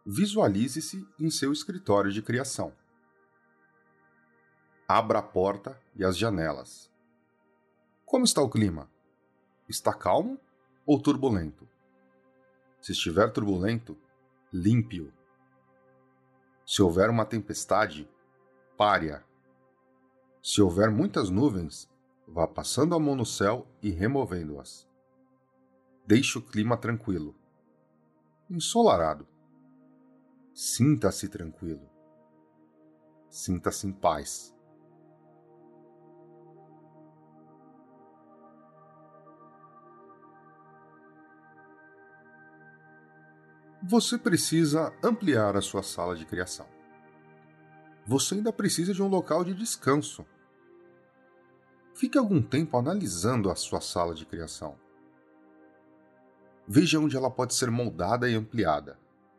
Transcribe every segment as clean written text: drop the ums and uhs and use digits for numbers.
Visualize-se em seu escritório de criação. Abra a porta e as janelas. Como está o clima? Está calmo ou turbulento? Se estiver turbulento, limpe-o. Se houver uma tempestade, pare-a. Se houver muitas nuvens, vá passando a mão no céu e removendo-as. Deixe o clima tranquilo. Ensolarado. Sinta-se tranquilo. Sinta-se em paz. Você precisa ampliar a sua sala de criação. Você ainda precisa de um local de descanso. Fique algum tempo analisando a sua sala de criação. Veja onde ela pode ser moldada e ampliada.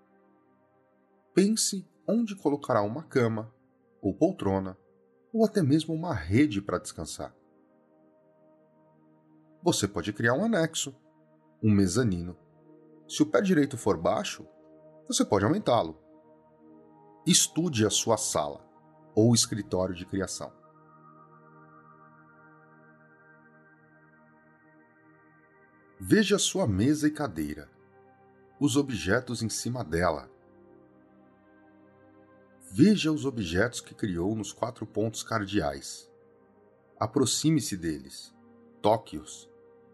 Pense onde colocará uma cama, ou poltrona, ou até mesmo uma rede para descansar. Você pode criar um anexo, um mezanino. Se o pé direito for baixo, você pode aumentá-lo. Estude a sua sala ou escritório de criação. Veja sua mesa e cadeira, os objetos em cima dela. Veja os objetos que criou nos 4 pontos cardeais. Aproxime-se deles, toque-os.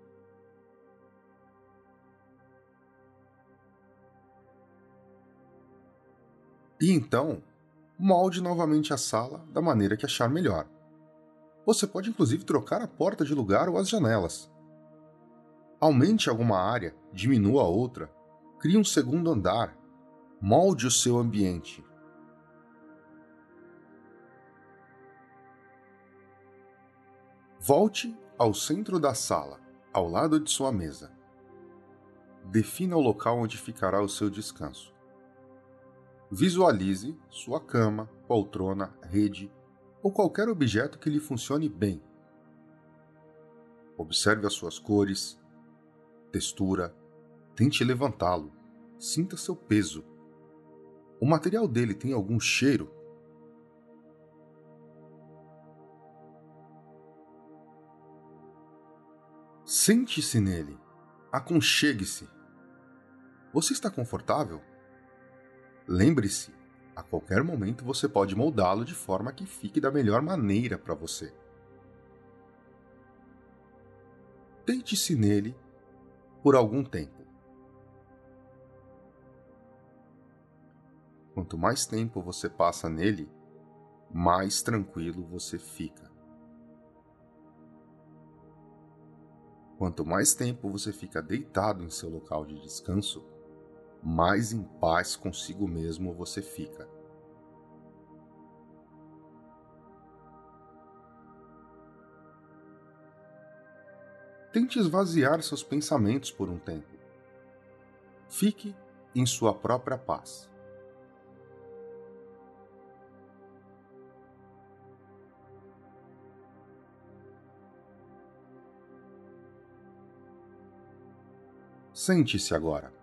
E então, molde novamente a sala da maneira que achar melhor. Você pode inclusive trocar a porta de lugar ou as janelas. Aumente alguma área, diminua outra, crie um segundo andar, molde o seu ambiente. Volte ao centro da sala, ao lado de sua mesa. Defina o local onde ficará o seu descanso. Visualize sua cama, poltrona, rede ou qualquer objeto que lhe funcione bem. Observe as suas cores, textura, tente levantá-lo, sinta seu peso. O material dele tem algum cheiro? Sente-se nele, aconchegue-se. Você está confortável? Lembre-se, a qualquer momento você pode moldá-lo de forma que fique da melhor maneira para você. Deite-se nele por algum tempo. Quanto mais tempo você passa nele, mais tranquilo você fica. Quanto mais tempo você fica deitado em seu local de descanso, mais em paz consigo mesmo você fica. Tente esvaziar seus pensamentos por um tempo. Fique em sua própria paz. Sente-se agora.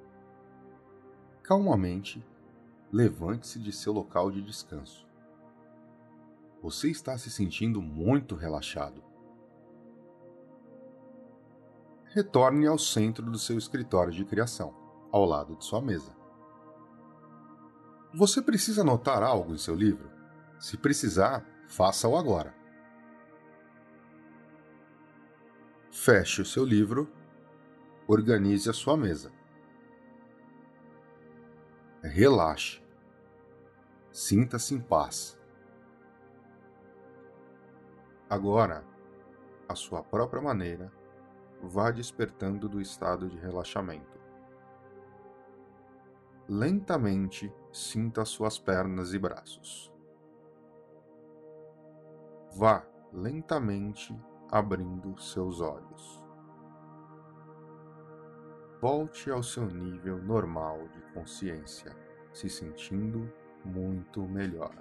Calmamente, levante-se de seu local de descanso. Você está se sentindo muito relaxado. Retorne ao centro do seu escritório de criação, ao lado de sua mesa. Você precisa anotar algo em seu livro? Se precisar, faça-o agora. Feche o seu livro, organize a sua mesa. Relaxe. Sinta-se em paz. Agora, à sua própria maneira, vá despertando do estado de relaxamento. Lentamente, sinta suas pernas e braços. Vá lentamente abrindo seus olhos. Volte ao seu nível normal de consciência, se sentindo muito melhor.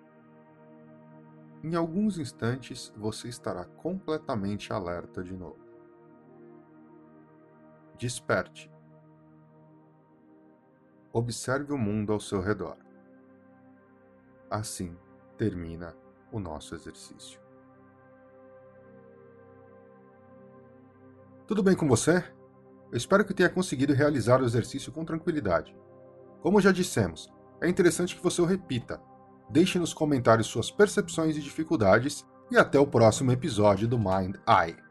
Em alguns instantes, você estará completamente alerta de novo. Desperte. Observe o mundo ao seu redor. Assim termina o nosso exercício. Tudo bem com você? Eu espero que tenha conseguido realizar o exercício com tranquilidade. Como já dissemos, é interessante que você o repita. Deixe nos comentários suas percepções e dificuldades e até o próximo episódio do Mind Eye.